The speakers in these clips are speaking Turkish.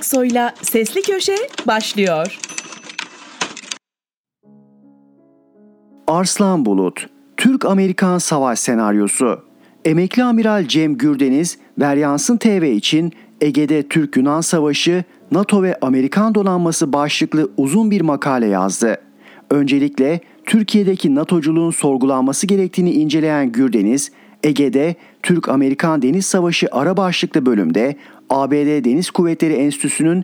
Aksoy'la Sesli Köşe başlıyor. Arslan Bulut, Türk-Amerikan Savaş Senaryosu. Emekli Amiral Cem Gürdeniz, Veryansın TV için Ege'de Türk-Yunan Savaşı, NATO ve Amerikan donanması başlıklı uzun bir makale yazdı. Öncelikle Türkiye'deki NATO'culuğun sorgulanması gerektiğini inceleyen Gürdeniz, Ege'de Türk-Amerikan Deniz Savaşı ara başlıklı bölümde ABD Deniz Kuvvetleri Enstitüsü'nün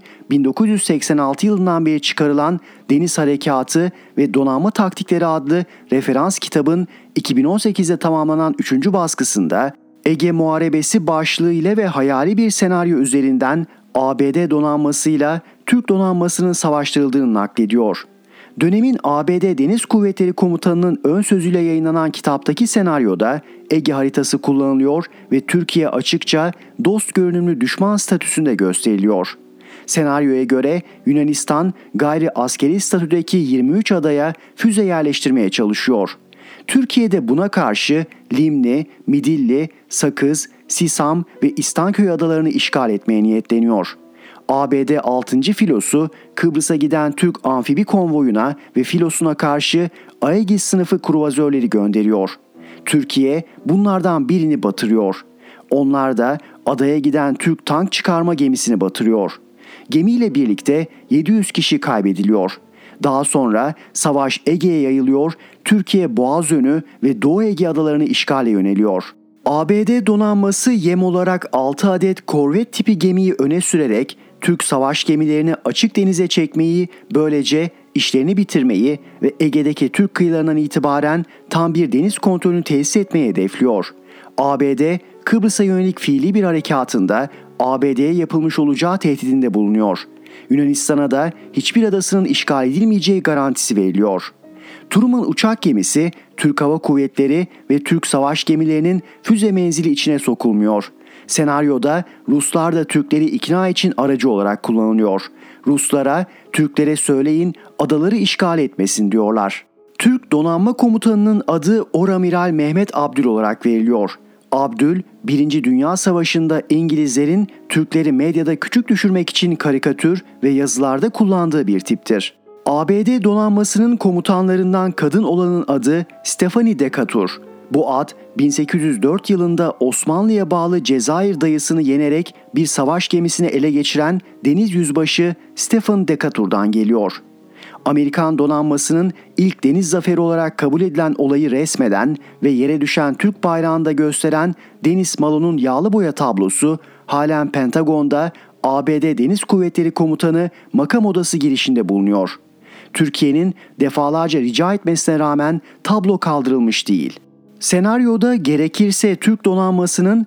1986 yılından beri çıkarılan Deniz Harekatı ve Donanma Taktikleri adlı referans kitabın 2018'de tamamlanan 3. baskısında Ege Muharebesi başlığı ile ve hayali bir senaryo üzerinden ABD donanmasıyla Türk donanmasının savaştırıldığını naklediyor. Dönemin ABD Deniz Kuvvetleri Komutanı'nın ön sözüyle yayınlanan kitaptaki senaryoda Ege haritası kullanılıyor ve Türkiye açıkça dost görünümlü düşman statüsünde gösteriliyor. Senaryoya göre Yunanistan gayri askeri statüdeki 23 adaya füze yerleştirmeye çalışıyor. Türkiye de buna karşı Limni, Midilli, Sakız, Sisam ve İstanköy adalarını işgal etmeye niyetleniyor. ABD 6. filosu Kıbrıs'a giden Türk amfibi konvoyuna ve filosuna karşı Aegis sınıfı kruvazörleri gönderiyor. Türkiye bunlardan birini batırıyor. Onlar da adaya giden Türk tank çıkarma gemisini batırıyor. Gemiyle birlikte 700 kişi kaybediliyor. Daha sonra savaş Ege'ye yayılıyor, Türkiye Boğazönü ve Doğu Ege adalarını işgale yöneliyor. ABD donanması yem olarak 6 adet korvet tipi gemiyi öne sürerek Türk savaş gemilerini açık denize çekmeyi, böylece işlerini bitirmeyi ve Ege'deki Türk kıyılarından itibaren tam bir deniz kontrolünü tesis etmeyi hedefliyor. ABD, Kıbrıs'a yönelik fiili bir harekatında ABD'ye yapılmış olacağı tehdidinde bulunuyor. Yunanistan'a da hiçbir adasının işgal edilmeyeceği garantisi veriliyor. Truman uçak gemisi, Türk Hava Kuvvetleri ve Türk savaş gemilerinin füze menzili içine sokulmuyor. Senaryoda Ruslar da Türkleri ikna için aracı olarak kullanılıyor. Ruslara, Türklere söyleyin adaları işgal etmesin diyorlar. Türk Donanma Komutanı'nın adı Oramiral Mehmet Abdül olarak veriliyor. Abdül, 1. Dünya Savaşı'nda İngilizlerin Türkleri medyada küçük düşürmek için karikatür ve yazılarda kullandığı bir tiptir. ABD donanmasının komutanlarından kadın olanın adı Stephanie Decatur. Bu ad 1804 yılında Osmanlı'ya bağlı Cezayir dayısını yenerek bir savaş gemisini ele geçiren deniz yüzbaşı Stephen Decatur'dan geliyor. Amerikan donanmasının ilk deniz zaferi olarak kabul edilen olayı resmeden ve yere düşen Türk bayrağını da gösteren Deniz Malo'nun yağlı boya tablosu halen Pentagon'da ABD Deniz Kuvvetleri Komutanı makam odası girişinde bulunuyor. Türkiye'nin defalarca rica etmesine rağmen tablo kaldırılmış değil. Senaryoda gerekirse Türk donanmasının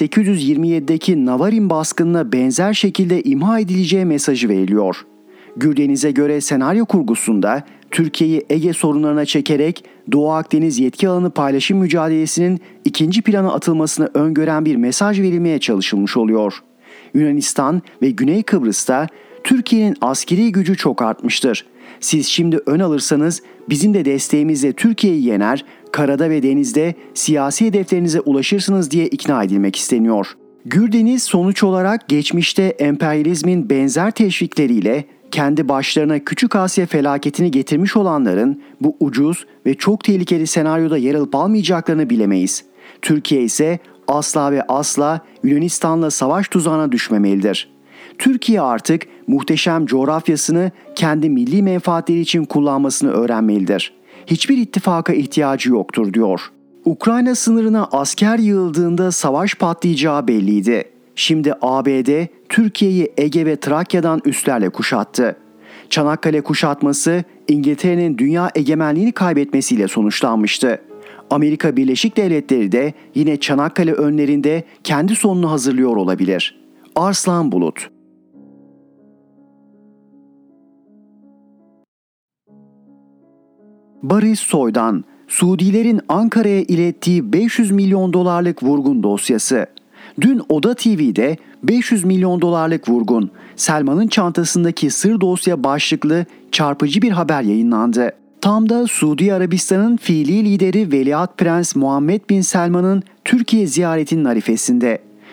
1827'deki Navarin baskınına benzer şekilde imha edileceği mesajı veriliyor. Gürdeniz'e göre senaryo kurgusunda Türkiye'yi Ege sorunlarına çekerek Doğu Akdeniz yetki alanı paylaşım mücadelesinin ikinci plana atılmasını öngören bir mesaj verilmeye çalışılmış oluyor. Yunanistan ve Güney Kıbrıs'ta Türkiye'nin askeri gücü çok artmıştır. Siz şimdi ön alırsanız bizim de desteğimizle Türkiye'yi yener, karada ve denizde siyasi hedeflerinize ulaşırsınız diye ikna edilmek isteniyor. Gürdeniz sonuç olarak geçmişte emperyalizmin benzer teşvikleriyle kendi başlarına Küçük Asya felaketini getirmiş olanların bu ucuz ve çok tehlikeli senaryoda yer alıp almayacaklarını bilemeyiz. Türkiye ise asla ve asla Yunanistan'la savaş tuzağına düşmemelidir. Türkiye artık muhteşem coğrafyasını kendi milli menfaatleri için kullanmasını öğrenmelidir. Hiçbir ittifaka ihtiyacı yoktur diyor. Ukrayna sınırına asker yığıldığında savaş patlayacağı belliydi. Şimdi ABD Türkiye'yi Ege ve Trakya'dan üslerle kuşattı. Çanakkale kuşatması İngiltere'nin dünya egemenliğini kaybetmesiyle sonuçlanmıştı. Amerika Birleşik Devletleri de yine Çanakkale önlerinde kendi sonunu hazırlıyor olabilir. Arslan Bulut. Barış Soy'dan Suudilerin Ankara'ya ilettiği 500 milyon dolarlık vurgun dosyası. Dün Oda TV'de 500 milyon dolarlık vurgun, Selman'ın çantasındaki sır dosya başlıklı çarpıcı bir haber yayınlandı. Tam da Suudi Arabistan'ın fiili lideri Veliaht Prens Muhammed Bin Selman'ın Türkiye ziyaretinin arifesinde.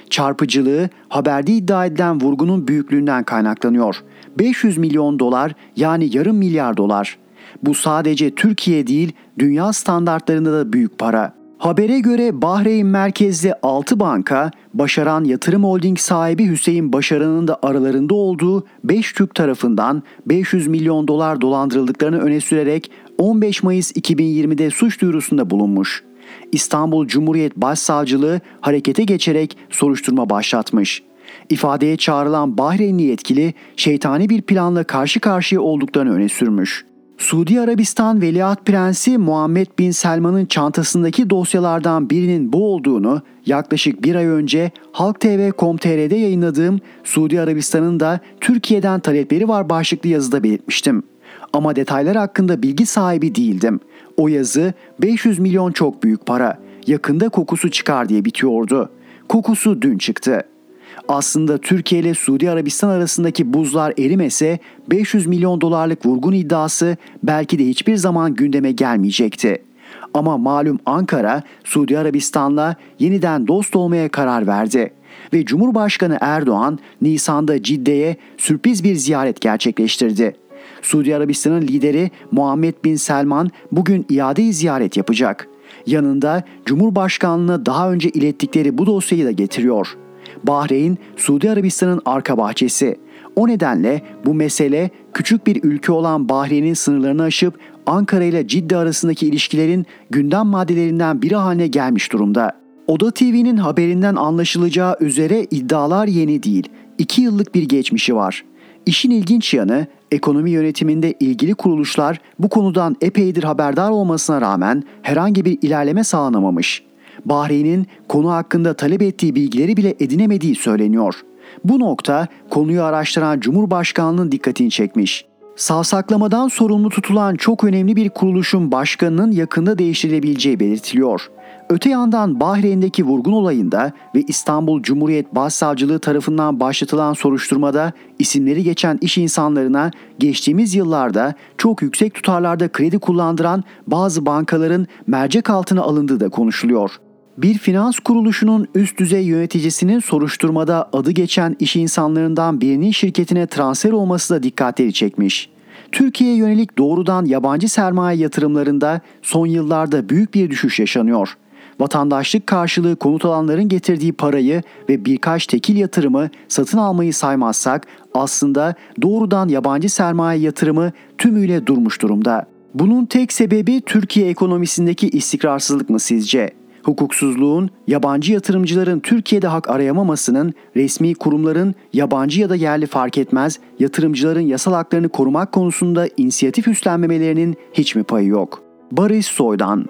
Çarpıcılığı haberde iddia edilen vurgunun büyüklüğünden kaynaklanıyor. 500 milyon dolar yani yarım milyar dolar. Bu sadece Türkiye değil, dünya standartlarında da büyük para. Habere göre Bahreyn merkezli 6 banka, Başaran Yatırım Holding sahibi Hüseyin Başaran'ın da aralarında olduğu 5 Türk tarafından 500 milyon dolar dolandırıldıklarını öne sürerek 15 Mayıs 2020'de suç duyurusunda bulunmuş. İstanbul Cumhuriyet Başsavcılığı harekete geçerek soruşturma başlatmış. İfadeye çağrılan Bahreynli yetkili şeytani bir planla karşı karşıya olduklarını öne sürmüş. Suudi Arabistan Veliaht Prensi Muhammed Bin Selman'ın çantasındaki dosyalardan birinin bu olduğunu yaklaşık bir ay önce Halk TV.com.tr'de yayınladığım Suudi Arabistan'ın da Türkiye'den talepleri var başlıklı yazıda belirtmiştim. Ama detaylar hakkında bilgi sahibi değildim. O yazı 500 milyon çok büyük para, yakında kokusu çıkar diye bitiyordu. Kokusu dün çıktı. Aslında Türkiye ile Suudi Arabistan arasındaki buzlar erimese 500 milyon dolarlık vurgun iddiası belki de hiçbir zaman gündeme gelmeyecekti. Ama malum Ankara, Suudi Arabistan'la yeniden dost olmaya karar verdi. Ve Cumhurbaşkanı Erdoğan, Nisan'da Cidde'ye sürpriz bir ziyaret gerçekleştirdi. Suudi Arabistan'ın lideri Muhammed Bin Selman bugün iade-i ziyaret yapacak. Yanında Cumhurbaşkanlığına daha önce ilettikleri bu dosyayı da getiriyor. Bahreyn, Suudi Arabistan'ın arka bahçesi. O nedenle bu mesele küçük bir ülke olan Bahreyn'in sınırlarını aşıp Ankara ile Cidde arasındaki ilişkilerin gündem maddelerinden biri haline gelmiş durumda. Oda TV'nin haberinden anlaşılacağı üzere iddialar yeni değil. 2 yıllık bir geçmişi var. İşin ilginç yanı, ekonomi yönetiminde ilgili kuruluşlar bu konudan epeydir haberdar olmasına rağmen herhangi bir ilerleme sağlanamamış. Bahreyn'in konu hakkında talep ettiği bilgileri bile edinemediği söyleniyor. Bu nokta konuyu araştıran Cumhurbaşkanlığı'nın dikkatini çekmiş. Savsaklamadan sorumlu tutulan çok önemli bir kuruluşun başkanının yakında değiştirilebileceği belirtiliyor. Öte yandan Bahreyn'deki vurgun olayında ve İstanbul Cumhuriyet Başsavcılığı tarafından başlatılan soruşturmada isimleri geçen iş insanlarına geçtiğimiz yıllarda çok yüksek tutarlarda kredi kullandıran bazı bankaların mercek altına alındığı da konuşuluyor. Bir finans kuruluşunun üst düzey yöneticisinin soruşturmada adı geçen iş insanlarından birinin şirketine transfer olması da dikkatleri çekmiş. Türkiye'ye yönelik doğrudan yabancı sermaye yatırımlarında son yıllarda büyük bir düşüş yaşanıyor. Vatandaşlık karşılığı konut alanların getirdiği parayı ve birkaç tekil yatırımı satın almayı saymazsak aslında doğrudan yabancı sermaye yatırımı tümüyle durmuş durumda. Bunun tek sebebi Türkiye ekonomisindeki istikrarsızlık mı sizce? Hukuksuzluğun, yabancı yatırımcıların Türkiye'de hak arayamamasının, resmi kurumların yabancı ya da yerli fark etmez yatırımcıların yasal haklarını korumak konusunda inisiyatif üstlenmemelerinin hiç mi payı yok? Barış Soydan.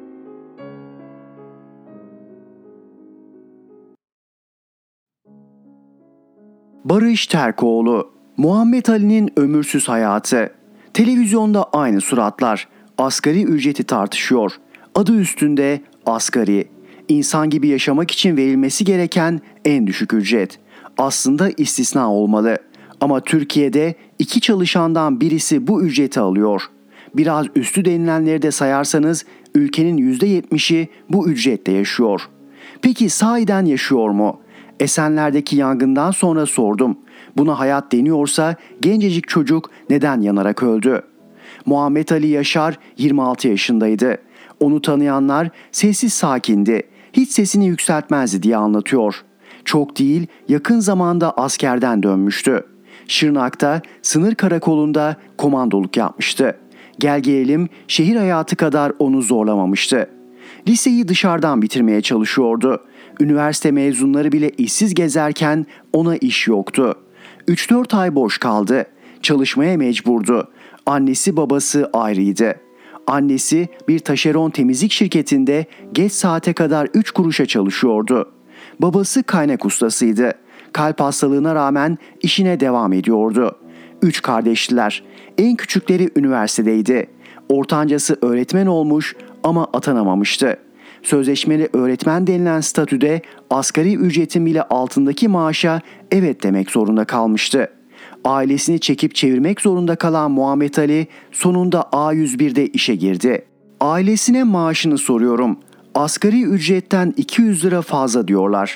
Barış Terkoğlu. Muhammed Ali'nin ömürsüz hayatı. Televizyonda aynı suratlar. Asgari ücreti tartışıyor. Adı üstünde asgari. İnsan gibi yaşamak için verilmesi gereken en düşük ücret. Aslında istisna olmalı. Ama Türkiye'de 2 çalışandan birisi bu ücreti alıyor. Biraz üstü denilenleri de sayarsanız ülkenin %70'i bu ücretle yaşıyor. Peki sahiden yaşıyor mu? Esenler'deki yangından sonra sordum. Buna hayat deniyorsa gencecik çocuk neden yanarak öldü? Muhammed Ali Yaşar 26 yaşındaydı. Onu tanıyanlar sessiz sakindi, hiç sesini yükseltmezdi diye anlatıyor. Çok değil, yakın zamanda askerden dönmüştü. Şırnak'ta sınır karakolunda komandoluk yapmıştı. Gel gelelim şehir hayatı kadar onu zorlamamıştı. Liseyi dışarıdan bitirmeye çalışıyordu. Üniversite mezunları bile işsiz gezerken ona iş yoktu. 3-4 ay boş kaldı. Çalışmaya mecburdu. Annesi babası ayrıydı. Annesi bir taşeron temizlik şirketinde geç saate kadar 3 kuruşa çalışıyordu. Babası kaynak ustasıydı. Kalp hastalığına rağmen işine devam ediyordu. 3 kardeştiler. En küçükleri üniversitedeydi. Ortancası öğretmen olmuş ama atanamamıştı. Sözleşmeli öğretmen denilen statüde asgari ücretin bile altındaki maaşa evet demek zorunda kalmıştı. Ailesini çekip çevirmek zorunda kalan Muhammed Ali sonunda A101'de işe girdi. Ailesine maaşını soruyorum. Asgari ücretten 200 lira fazla diyorlar.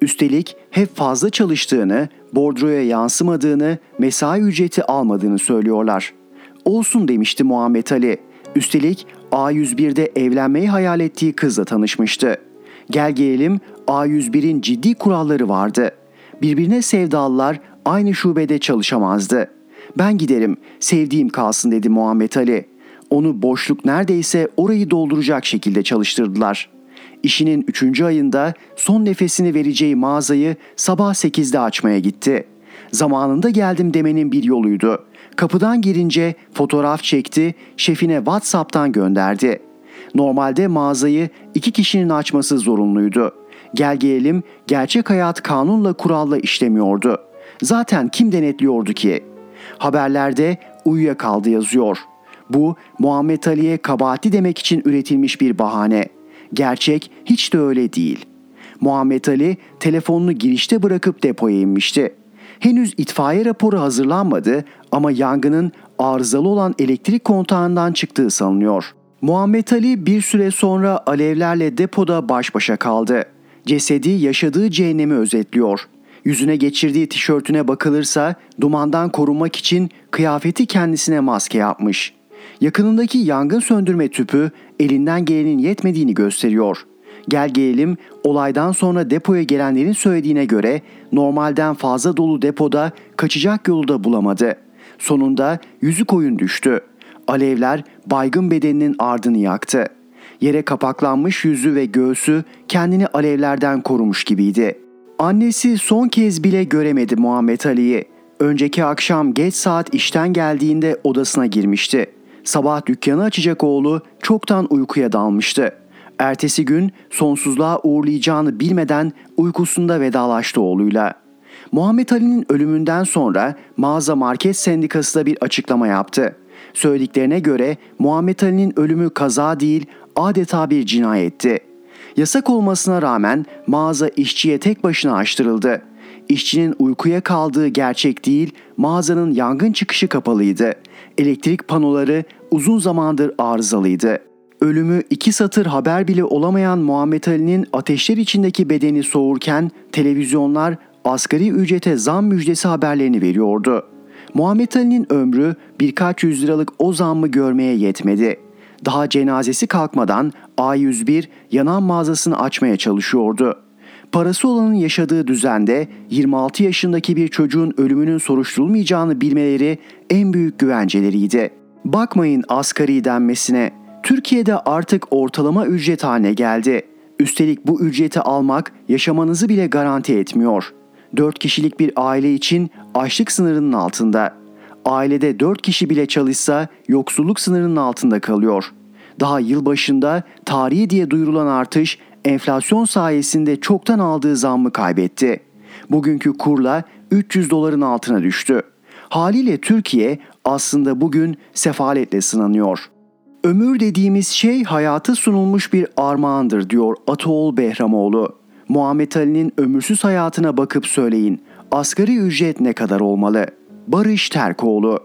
Üstelik hep fazla çalıştığını, bordroya yansımadığını, mesai ücreti almadığını söylüyorlar. Olsun demişti Muhammed Ali. Üstelik A101'de evlenmeyi hayal ettiği kızla tanışmıştı. Gel gelelim A101'in ciddi kuralları vardı. Birbirine sevdalılar aynı şubede çalışamazdı. Ben giderim, sevdiğim kalsın dedi Muhammed Ali. Onu boşluk neredeyse orayı dolduracak şekilde çalıştırdılar. İşinin 3. ayında son nefesini vereceği mağazayı sabah 8'de açmaya gitti. Zamanında geldim demenin bir yoluydu. Kapıdan girince fotoğraf çekti, şefine WhatsApp'tan gönderdi. Normalde mağazayı 2 kişinin açması zorunluydu. Gel gelelim gerçek hayat kanunla kuralla işlemiyordu. Zaten kim denetliyordu ki? Haberlerde uyuyakaldı yazıyor. Bu Muhammed Ali'ye kabahatli demek için üretilmiş bir bahane. Gerçek hiç de öyle değil. Muhammed Ali telefonunu girişte bırakıp depoya inmişti. Henüz itfaiye raporu hazırlanmadı ama yangının arızalı olan elektrik kontağından çıktığı sanılıyor. Muhammed Ali bir süre sonra alevlerle depoda baş başa kaldı. Cesedi yaşadığı cehennemi özetliyor. Yüzüne geçirdiği tişörtüne bakılırsa dumandan korunmak için kıyafeti kendisine maske yapmış. Yakınındaki yangın söndürme tüpü elinden gelenin yetmediğini gösteriyor. Gel gelelim olaydan sonra depoya gelenlerin söylediğine göre normalden fazla dolu depoda kaçacak yolu da bulamadı. Sonunda yüzü koyun düştü. Alevler baygın bedeninin ardını yaktı. Yere kapaklanmış yüzü ve göğsü kendini alevlerden korumuş gibiydi. Annesi son kez bile göremedi Muhammed Ali'yi. Önceki akşam geç saat işten geldiğinde odasına girmişti. Sabah dükkanı açacak oğlu çoktan uykuya dalmıştı. Ertesi gün sonsuzluğa uğurlayacağını bilmeden uykusunda vedalaştı oğluyla. Muhammed Ali'nin ölümünden sonra Mağaza Market Sendikası da bir açıklama yaptı. Söylediklerine göre Muhammed Ali'nin ölümü kaza değil adeta bir cinayetti. Yasak olmasına rağmen mağaza işçiye tek başına açtırıldı. İşçinin uykuya kaldığı gerçek değil, mağazanın yangın çıkışı kapalıydı. Elektrik panoları uzun zamandır arızalıydı. Ölümü 2 satır haber bile olamayan Muhammed Ali'nin ateşler içindeki bedeni soğurken televizyonlar asgari ücrete zam müjdesi haberlerini veriyordu. Muhammed Ali'nin ömrü birkaç yüz liralık o zammı görmeye yetmedi. Daha cenazesi kalkmadan A101 yanan mağazasını açmaya çalışıyordu. Parası olanın yaşadığı düzende 26 yaşındaki bir çocuğun ölümünün soruşturulmayacağını bilmeleri en büyük güvenceleriydi. Bakmayın asgari denmesine. Türkiye'de artık ortalama ücret haline geldi. Üstelik bu ücreti almak yaşamanızı bile garanti etmiyor. 4 kişilik bir aile için açlık sınırının altında. Ailede 4 kişi bile çalışsa yoksulluk sınırının altında kalıyor. Daha yıl başında tarihi diye duyurulan artış enflasyon sayesinde çoktan aldığı zammı kaybetti. Bugünkü kurla 300 doların altına düştü. Haliyle Türkiye aslında bugün sefaletle sınanıyor. Ömür dediğimiz şey hayata sunulmuş bir armağandır diyor Ataol Behramoğlu. Muhammed Ali'nin ömürsüz hayatına bakıp söyleyin. Asgari ücret ne kadar olmalı? Barış Terkoğlu.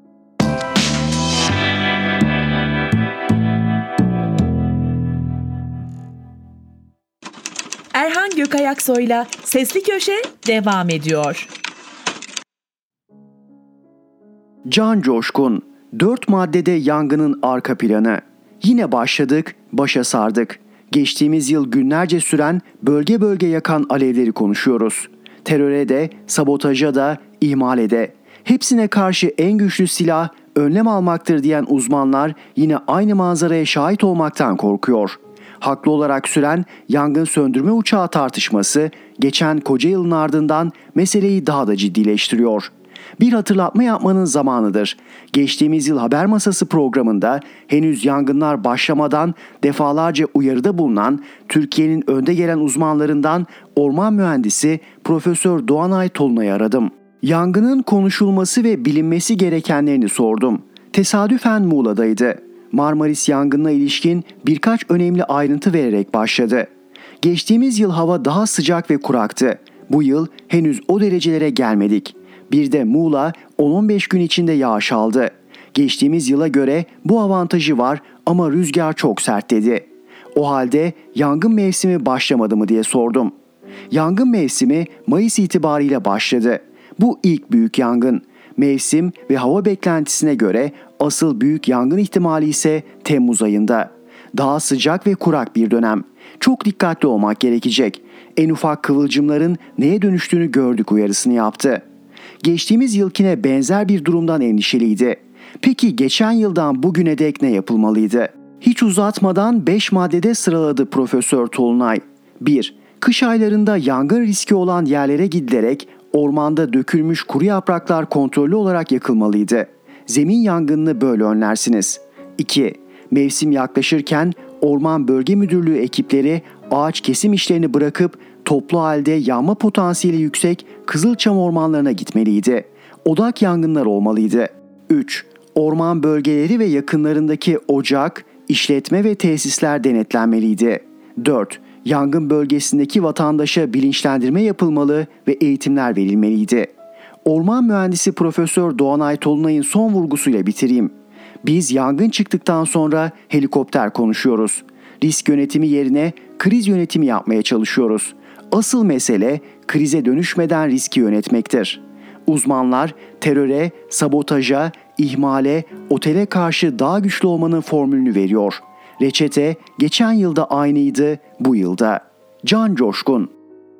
Erhan Gökayaksoy'la Sesli Köşe devam ediyor. Can Coşkun, 4 maddede yangının arka planı. Yine başladık, başa sardık. Geçtiğimiz yıl günlerce süren bölge bölge yakan alevleri konuşuyoruz. Teröre de, sabotaja da, ihmale de. Hepsine karşı en güçlü silah önlem almaktır diyen uzmanlar yine aynı manzaraya şahit olmaktan korkuyor. Haklı olarak süren yangın söndürme uçağı tartışması geçen koca yılın ardından meseleyi daha da ciddileştiriyor. Bir hatırlatma yapmanın zamanıdır. Geçtiğimiz yıl Haber Masası programında henüz yangınlar başlamadan defalarca uyarıda bulunan Türkiye'nin önde gelen uzmanlarından orman mühendisi Profesör Doğanay Tolunay'ı aradım. Yangının konuşulması ve bilinmesi gerekenlerini sordum. Tesadüfen Muğla'daydı. Marmaris yangınına ilişkin birkaç önemli ayrıntı vererek başladı. Geçtiğimiz yıl hava daha sıcak ve kuraktı. Bu yıl henüz o derecelere gelmedik. Bir de Muğla 10-15 gün içinde yağış aldı. Geçtiğimiz yıla göre bu avantajı var ama rüzgar çok sert dedi. O halde yangın mevsimi başlamadı mı diye sordum. Yangın mevsimi Mayıs itibariyle başladı. Bu ilk büyük yangın. Mevsim ve hava beklentisine göre asıl büyük yangın ihtimali ise Temmuz ayında. Daha sıcak ve kurak bir dönem. Çok dikkatli olmak gerekecek. En ufak kıvılcımların neye dönüştüğünü gördük uyarısını yaptı. Geçtiğimiz yılkine benzer bir durumdan endişeliydi. Peki geçen yıldan bugüne dek ne yapılmalıydı? Hiç uzatmadan 5 maddede sıraladı Profesör Tolunay. 1. Kış aylarında yangın riski olan yerlere gidilerek ormanda dökülmüş kuru yapraklar kontrollü olarak yakılmalıydı. Zemin yangınını böyle önlersiniz. 2. Mevsim yaklaşırken Orman Bölge Müdürlüğü ekipleri ağaç kesim işlerini bırakıp toplu halde yanma potansiyeli yüksek kızılçam ormanlarına gitmeliydi. Odak yangınlar olmalıydı. 3. Orman bölgeleri ve yakınlarındaki ocak, işletme ve tesisler denetlenmeliydi. 4. Yangın bölgesindeki vatandaşa bilinçlendirme yapılmalı ve eğitimler verilmeliydi. Orman mühendisi Profesör Doğanay Tolunay'ın son vurgusuyla bitireyim. Biz yangın çıktıktan sonra helikopter konuşuyoruz. Risk yönetimi yerine kriz yönetimi yapmaya çalışıyoruz. Asıl mesele krize dönüşmeden riski yönetmektir. Uzmanlar teröre, sabotaja, ihmale, otele karşı daha güçlü olmanın formülünü veriyor. Reçete geçen yılda aynıydı, bu yılda. Can Coşkun.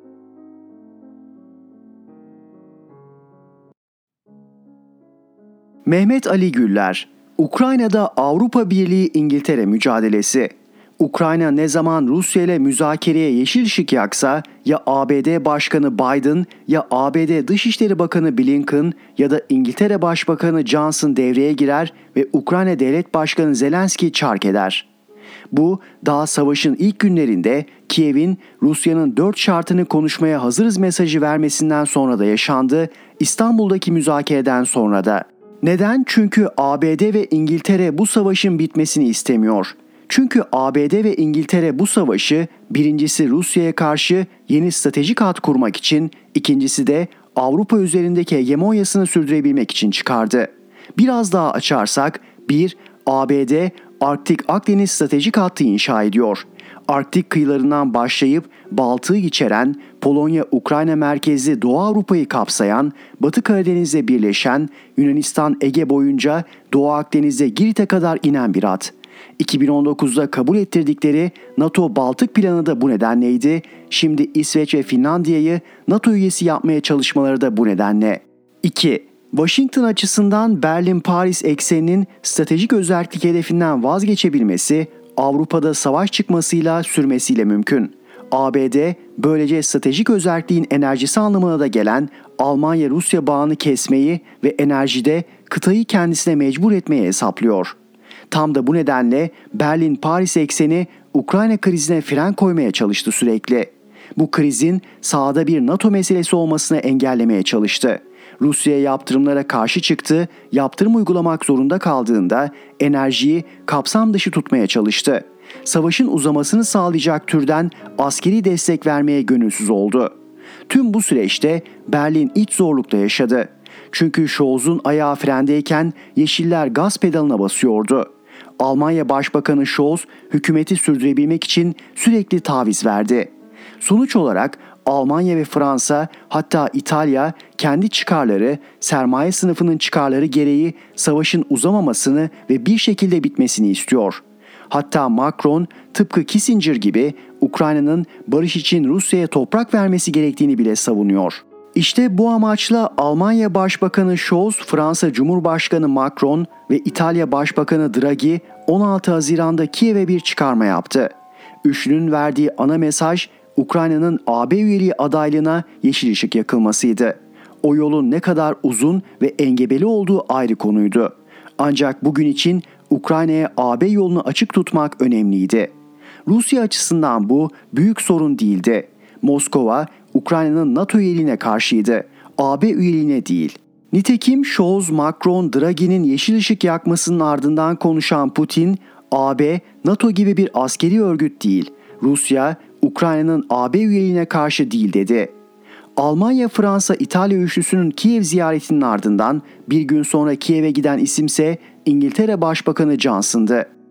Mehmet Ali Güller. Ukrayna'da Avrupa Birliği İngiltere mücadelesi. Ukrayna ne zaman Rusya ile müzakereye yeşil ışık yaksa ya ABD Başkanı Biden ya ABD Dışişleri Bakanı Blinken ya da İngiltere Başbakanı Johnson devreye girer ve Ukrayna Devlet Başkanı Zelenski çark eder. Bu daha savaşın ilk günlerinde Kiev'in Rusya'nın 4 şartını konuşmaya hazırız mesajı vermesinden sonra da yaşandı, İstanbul'daki müzakereden sonra da. Neden? Çünkü ABD ve İngiltere bu savaşın bitmesini istemiyor. Çünkü ABD ve İngiltere bu savaşı birincisi Rusya'ya karşı yeni stratejik hat kurmak için, ikincisi de Avrupa üzerindeki hegemonyasını sürdürebilmek için çıkardı. Biraz daha açarsak 1. ABD Arktik-Akdeniz stratejik hattı inşa ediyor. Arktik kıyılarından başlayıp Baltık'ı içeren, Polonya-Ukrayna merkezli Doğu Avrupa'yı kapsayan, Batı Karadeniz'le birleşen, Yunanistan-Ege boyunca Doğu Akdeniz'e Girit'e kadar inen bir hat. 2019'da kabul ettirdikleri NATO Baltık planı da bu nedenleydi. Şimdi İsveç ve Finlandiya'yı NATO üyesi yapmaya çalışmaları da bu nedenle. 2. Washington açısından Berlin-Paris ekseninin stratejik özellik hedefinden vazgeçebilmesi, Avrupa'da savaş çıkmasıyla sürmesiyle mümkün. ABD böylece stratejik özelliğin enerjisi anlamına da gelen Almanya-Rusya bağını kesmeyi ve enerjide kıtayı kendisine mecbur etmeye hesaplıyor. Tam da bu nedenle Berlin-Paris ekseni Ukrayna krizine fren koymaya çalıştı sürekli. Bu krizin sahada bir NATO meselesi olmasını engellemeye çalıştı. Rusya'ya yaptırımlara karşı çıktı, yaptırım uygulamak zorunda kaldığında enerjiyi kapsam dışı tutmaya çalıştı. Savaşın uzamasını sağlayacak türden askeri destek vermeye gönülsüz oldu. Tüm bu süreçte Berlin iç zorlukta yaşadı. Çünkü Scholz'un ayağı frendeyken Yeşiller gaz pedalına basıyordu. Almanya Başbakanı Scholz hükümeti sürdürebilmek için sürekli taviz verdi. Sonuç olarak Almanya ve Fransa, hatta İtalya kendi çıkarları, sermaye sınıfının çıkarları gereği savaşın uzamamasını ve bir şekilde bitmesini istiyor. Hatta Macron tıpkı Kissinger gibi Ukrayna'nın barış için Rusya'ya toprak vermesi gerektiğini bile savunuyor. İşte bu amaçla Almanya Başbakanı Scholz, Fransa Cumhurbaşkanı Macron ve İtalya Başbakanı Draghi 16 Haziran'da Kiev'e bir çıkarma yaptı. Üçlünün verdiği ana mesaj Ukrayna'nın AB üyeliği adaylığına yeşil ışık yakılmasıydı. O yolun ne kadar uzun ve engebeli olduğu ayrı konuydu. Ancak bugün için Ukrayna'ya AB yolunu açık tutmak önemliydi. Rusya açısından bu büyük sorun değildi. Moskova, Ukrayna'nın NATO üyeliğine karşıydı, AB üyeliğine değil. Nitekim Scholz, Macron, Draghi'nin yeşil ışık yakmasının ardından konuşan Putin, AB, NATO gibi bir askeri örgüt değil, Rusya, Ukrayna'nın AB üyeliğine karşı değil dedi. Almanya, Fransa, İtalya üçlüsünün Kiev ziyaretinin ardından bir gün sonra Kiev'e giden isimse İngiltere Başbakanı Johnson'dı.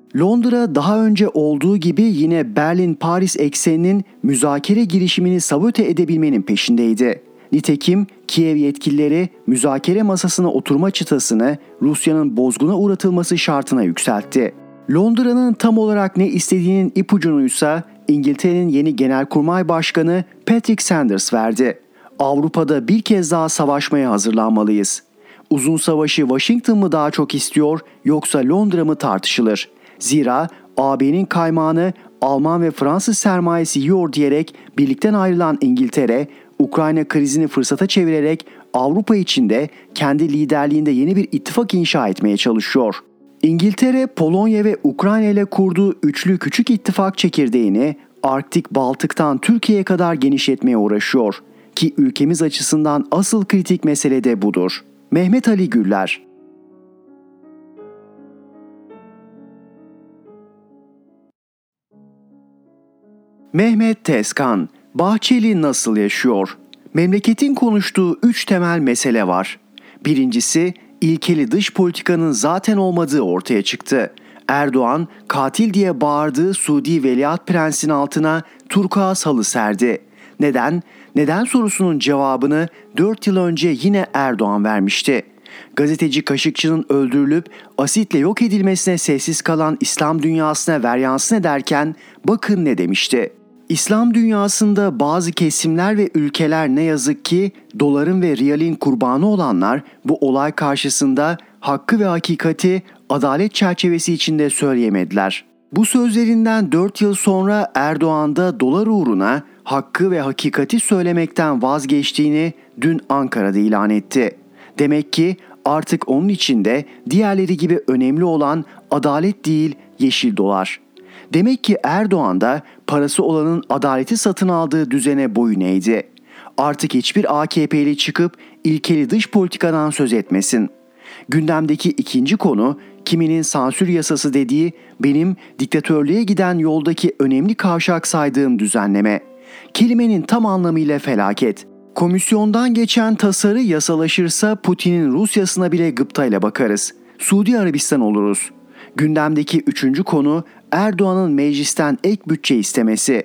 Londra daha önce olduğu gibi yine Berlin-Paris ekseninin müzakere girişimini sabote edebilmenin peşindeydi. Nitekim Kiev yetkilileri müzakere masasına oturma çıtasını Rusya'nın bozguna uğratılması şartına yükseltti. Londra'nın tam olarak ne istediğinin ipucunuysa İngiltere'nin yeni Genelkurmay Başkanı Patrick Sanders verdi. Avrupa'da bir kez daha savaşmaya hazırlanmalıyız. Uzun savaşı Washington mı daha çok istiyor yoksa Londra mı tartışılır. Zira AB'nin kaymağını Alman ve Fransız sermayesi yiyor diyerek birlikten ayrılan İngiltere, Ukrayna krizini fırsata çevirerek Avrupa içinde kendi liderliğinde yeni bir ittifak inşa etmeye çalışıyor. İngiltere, Polonya ve Ukrayna ile kurduğu üçlü küçük ittifak çekirdeğini Arktik Baltık'tan Türkiye'ye kadar genişletmeye uğraşıyor. Ki ülkemiz açısından asıl kritik mesele de budur. Mehmet Ali Güller. Mehmet Tezkan, Bahçeli nasıl yaşıyor? Memleketin konuştuğu 3 temel mesele var. Birincisi, ilkeli dış politikanın zaten olmadığı ortaya çıktı. Erdoğan, katil diye bağırdığı Suudi Veliaht Prens'in altına turkuaz halı serdi. Neden? Neden sorusunun cevabını 4 yıl önce yine Erdoğan vermişti. Gazeteci Kaşıkçı'nın öldürülüp asitle yok edilmesine sessiz kalan İslam dünyasına veryansın ederken bakın ne demişti. İslam dünyasında bazı kesimler ve ülkeler ne yazık ki doların ve riyalin kurbanı olanlar bu olay karşısında hakkı ve hakikati adalet çerçevesi içinde söyleyemediler. Bu sözlerinden 4 yıl sonra Erdoğan da dolar uğruna hakkı ve hakikati söylemekten vazgeçtiğini dün Ankara'da ilan etti. Demek ki artık onun içinde diğerleri gibi önemli olan adalet değil yeşil dolar. Demek ki Erdoğan da parası olanın adaleti satın aldığı düzene boyun eğdi. Artık hiçbir AKP'li çıkıp ilkeli dış politikadan söz etmesin. Gündemdeki ikinci konu kiminin sansür yasası dediği benim diktatörlüğe giden yoldaki önemli kavşak saydığım düzenleme. Kelimenin tam anlamıyla felaket. Komisyondan geçen tasarı yasalaşırsa Putin'in Rusya'sına bile gıptayla bakarız. Suudi Arabistan oluruz. Gündemdeki üçüncü konu Erdoğan'ın meclisten ek bütçe istemesi.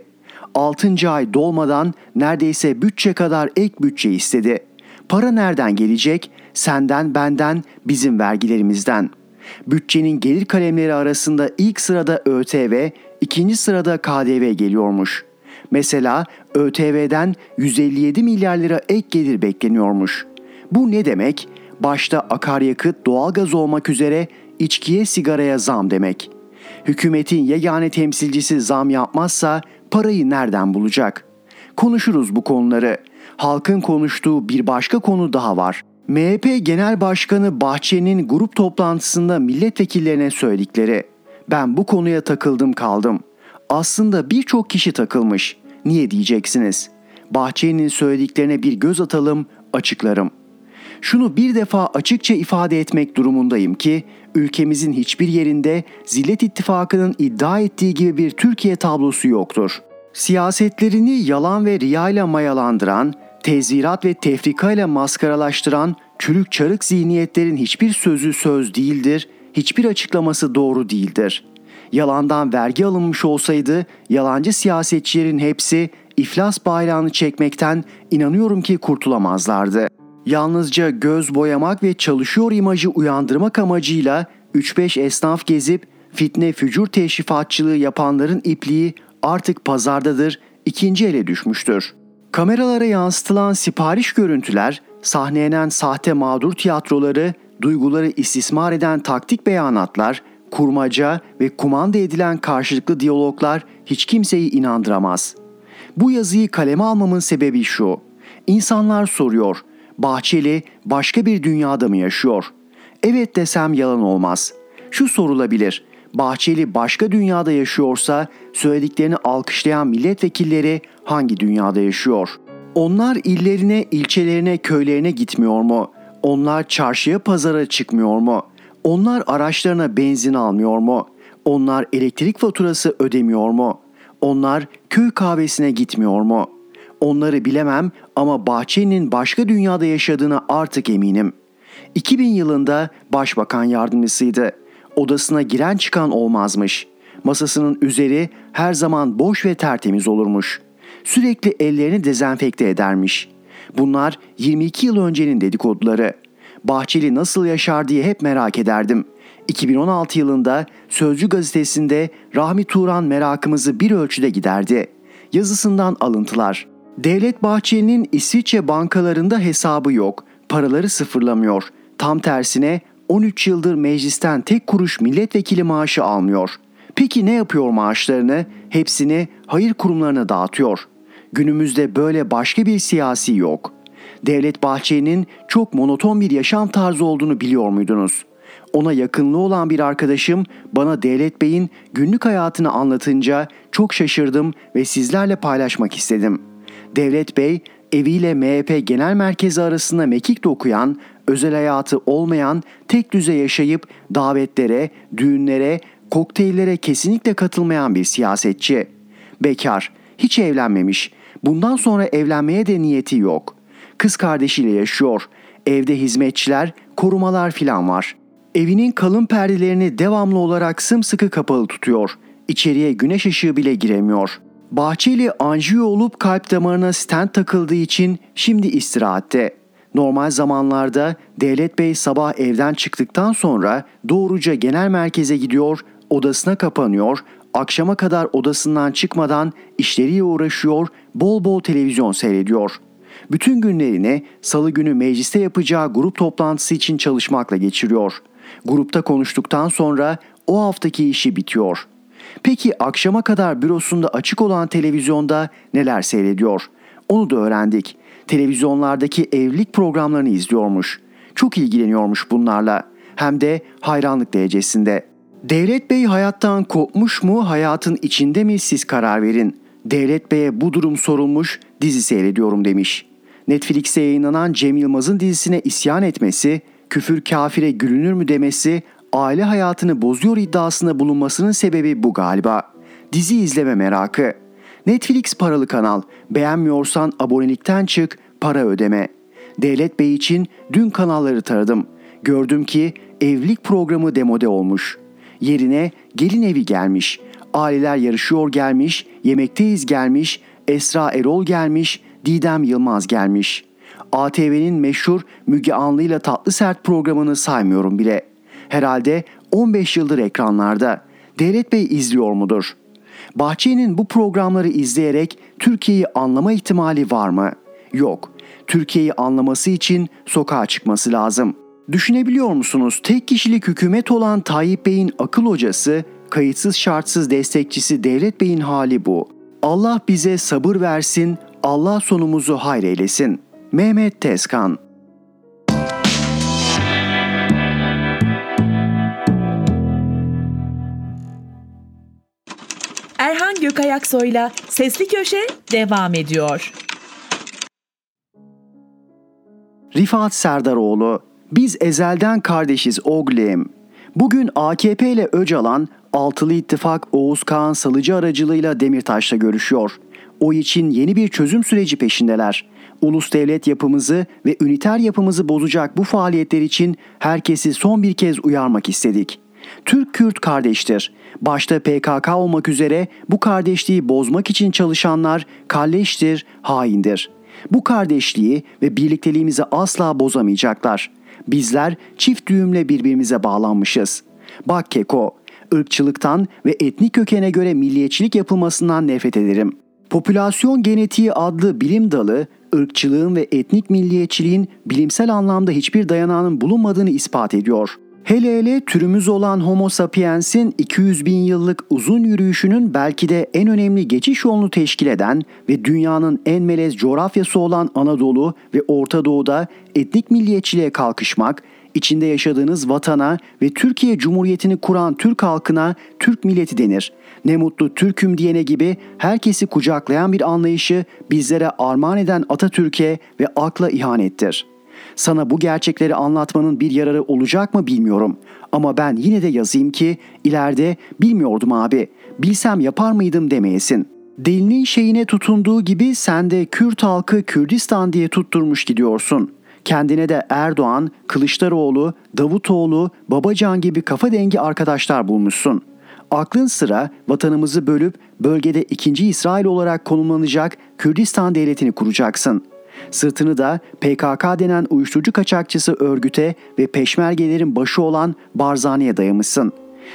6. ay dolmadan neredeyse bütçe kadar ek bütçe istedi. Para nereden gelecek? Senden, benden, bizim vergilerimizden. Bütçenin gelir kalemleri arasında ilk sırada ÖTV, ikinci sırada KDV geliyormuş. Mesela ÖTV'den 157 milyar lira ek gelir bekleniyormuş. Bu ne demek? Başta akaryakıt, doğalgaz olmak üzere içkiye, sigaraya zam demek. Hükümetin yegane temsilcisi zam yapmazsa parayı nereden bulacak? Konuşuruz bu konuları. Halkın konuştuğu bir başka konu daha var. MHP Genel Başkanı Bahçeli'nin grup toplantısında milletvekillerine söyledikleri. Ben bu konuya takıldım kaldım. Aslında birçok kişi takılmış. Niye diyeceksiniz? Bahçeli'nin söylediklerine bir göz atalım, açıklarım. Şunu bir defa açıkça ifade etmek durumundayım ki ülkemizin hiçbir yerinde Zillet İttifakı'nın iddia ettiği gibi bir Türkiye tablosu yoktur. Siyasetlerini yalan ve riyayla mayalandıran, tezvirat ve tefrikayla maskaralaştıran çürük çarık zihniyetlerin hiçbir sözü söz değildir, hiçbir açıklaması doğru değildir. Yalandan vergi alınmış olsaydı yalancı siyasetçilerin hepsi iflas bayrağını çekmekten inanıyorum ki kurtulamazlardı. Yalnızca göz boyamak ve çalışıyor imajı uyandırmak amacıyla 3-5 esnaf gezip fitne fücur teşrifatçılığı yapanların ipliği artık pazardadır, ikinci ele düşmüştür. Kameralara yansıtılan sipariş görüntüler, sahnelenen sahte mağdur tiyatroları, duyguları istismar eden taktik beyanatlar, kurmaca ve kumanda edilen karşılıklı diyaloglar hiç kimseyi inandıramaz. Bu yazıyı kaleme almamın sebebi şu. İnsanlar soruyor, Bahçeli başka bir dünyada mı yaşıyor? Evet desem yalan olmaz. Şu sorulabilir, Bahçeli başka dünyada yaşıyorsa söylediklerini alkışlayan milletvekilleri hangi dünyada yaşıyor? Onlar illerine, ilçelerine, köylerine gitmiyor mu? Onlar çarşıya, pazara çıkmıyor mu? Onlar araçlarına benzin almıyor mu? Onlar elektrik faturası ödemiyor mu? Onlar köy kahvesine gitmiyor mu? Onları bilemem ama Bahçeli'nin başka dünyada yaşadığına artık eminim. 2000 yılında başbakan yardımcısıydı. Odasına giren çıkan olmazmış. Masasının üzeri her zaman boş ve tertemiz olurmuş. Sürekli ellerini dezenfekte edermiş. Bunlar 22 yıl öncenin dedikoduları. Bahçeli nasıl yaşar diye hep merak ederdim. 2016 yılında Sözcü gazetesinde Rahmi Turan merakımızı bir ölçüde giderdi. Yazısından alıntılar. Devlet Bahçeli'nin İsviçre bankalarında hesabı yok, paraları sıfırlamıyor. Tam tersine 13 yıldır meclisten tek kuruş milletvekili maaşı almıyor. Peki ne yapıyor maaşlarını? Hepsini hayır kurumlarına dağıtıyor. Günümüzde böyle başka bir siyasi yok. Devlet Bahçeli'nin çok monoton bir yaşam tarzı olduğunu biliyor muydunuz? Ona yakınlığı olan bir arkadaşım bana Devlet Bey'in günlük hayatını anlatınca çok şaşırdım ve sizlerle paylaşmak istedim. Devlet Bey, eviyle MHP Genel Merkezi arasında mekik dokuyan, özel hayatı olmayan, tek düze yaşayıp davetlere, düğünlere, kokteyllere kesinlikle katılmayan bir siyasetçi. Bekar, hiç evlenmemiş. Bundan sonra evlenmeye de niyeti yok. Kız kardeşiyle yaşıyor. Evde hizmetçiler, korumalar filan var. Evinin kalın perdelerini devamlı olarak sımsıkı kapalı tutuyor. İçeriye güneş ışığı bile giremiyor. Bahçeli anjiyo olup kalp damarına stent takıldığı için şimdi istirahatte. Normal zamanlarda Devlet Bey sabah evden çıktıktan sonra doğruca genel merkeze gidiyor, odasına kapanıyor, akşama kadar odasından çıkmadan işleriyle uğraşıyor, bol bol televizyon seyrediyor. Bütün günlerini salı günü mecliste yapacağı grup toplantısı için çalışmakla geçiriyor. Grupta konuştuktan sonra o haftaki işi bitiyor. Peki akşama kadar bürosunda açık olan televizyonda neler seyrediyor? Onu da öğrendik. Televizyonlardaki evlilik programlarını izliyormuş. Çok ilgileniyormuş bunlarla. Hem de hayranlık derecesinde. Devlet Bey hayattan kopmuş mu, hayatın içinde mi siz karar verin. Devlet Bey'e bu durum sorulmuş, dizi seyrediyorum demiş. Netflix'te yayınlanan Cem Yılmaz'ın dizisine isyan etmesi, küfür kafire gülünür mü demesi, aile hayatını bozuyor iddiasında bulunmasının sebebi bu galiba. Dizi izleme merakı. Netflix paralı kanal. Beğenmiyorsan abonelikten çık, para ödeme. Devlet Bey için dün kanalları taradım. Gördüm ki evlilik programı demode olmuş. Yerine gelin evi gelmiş. Aileler yarışıyor gelmiş, yemekteyiz gelmiş, Esra Erol gelmiş, Didem Yılmaz gelmiş. ATV'nin meşhur Müge Anlı'yla Tatlı Sert programını saymıyorum bile. Herhalde 15 yıldır ekranlarda. Devlet Bey izliyor mudur? Bahçeli'nin bu programları izleyerek Türkiye'yi anlama ihtimali var mı? Yok. Türkiye'yi anlaması için sokağa çıkması lazım. Düşünebiliyor musunuz? Tek kişilik hükümet olan Tayyip Bey'in akıl hocası, kayıtsız şartsız destekçisi Devlet Bey'in hali bu. Allah bize sabır versin, Allah sonumuzu hayreylesin. Mehmet Tezkan. Erhan Gökayaksoy'la Sesli Köşe devam ediyor. Rifat Serdaroğlu. Biz ezelden kardeşiz oğlum. Bugün AKP ile Öcalan, Altılı İttifak Oğuz Kağan Salıcı aracılığıyla Demirtaş'la görüşüyor. O için yeni bir çözüm süreci peşindeler. Ulus devlet yapımızı ve üniter yapımızı bozacak bu faaliyetler için herkesi son bir kez uyarmak istedik. Türk-Kürt kardeştir. Başta PKK olmak üzere bu kardeşliği bozmak için çalışanlar kalleştir, haindir. Bu kardeşliği ve birlikteliğimizi asla bozamayacaklar. Bizler çift düğümle birbirimize bağlanmışız. Bak Keko, ırkçılıktan ve etnik kökene göre milliyetçilik yapılmasından nefret ederim. Popülasyon genetiği adlı bilim dalı, ırkçılığın ve etnik milliyetçiliğin bilimsel anlamda hiçbir dayanağının bulunmadığını ispat ediyor. Hele hele türümüz olan Homo sapiens'in 200 bin yıllık uzun yürüyüşünün belki de en önemli geçiş yolunu teşkil eden ve dünyanın en melez coğrafyası olan Anadolu ve Orta Doğu'da etnik milliyetçiliğe kalkışmak, içinde yaşadığınız vatana ve Türkiye Cumhuriyeti'ni kuran Türk halkına Türk milleti denir. Ne mutlu Türk'üm diyene gibi herkesi kucaklayan bir anlayışı bizlere armağan eden Atatürk'e ve akla ihanettir. Sana bu gerçekleri anlatmanın bir yararı olacak mı bilmiyorum. Ama ben yine de yazayım ki ileride bilmiyordum abi, bilsem yapar mıydım demeyesin. Delinin şeyine tutunduğu gibi sen de Kürt halkı Kürdistan diye tutturmuş gidiyorsun. Kendine de Erdoğan, Kılıçdaroğlu, Davutoğlu, Babacan gibi kafa dengi arkadaşlar bulmuşsun. Aklın sıra vatanımızı bölüp bölgede ikinci İsrail olarak konumlanacak Kürdistan devletini kuracaksın. Sırtını da PKK denen uyuşturucu kaçakçısı örgüte ve peşmergelerin başı olan Barzani'ye dayamışsın.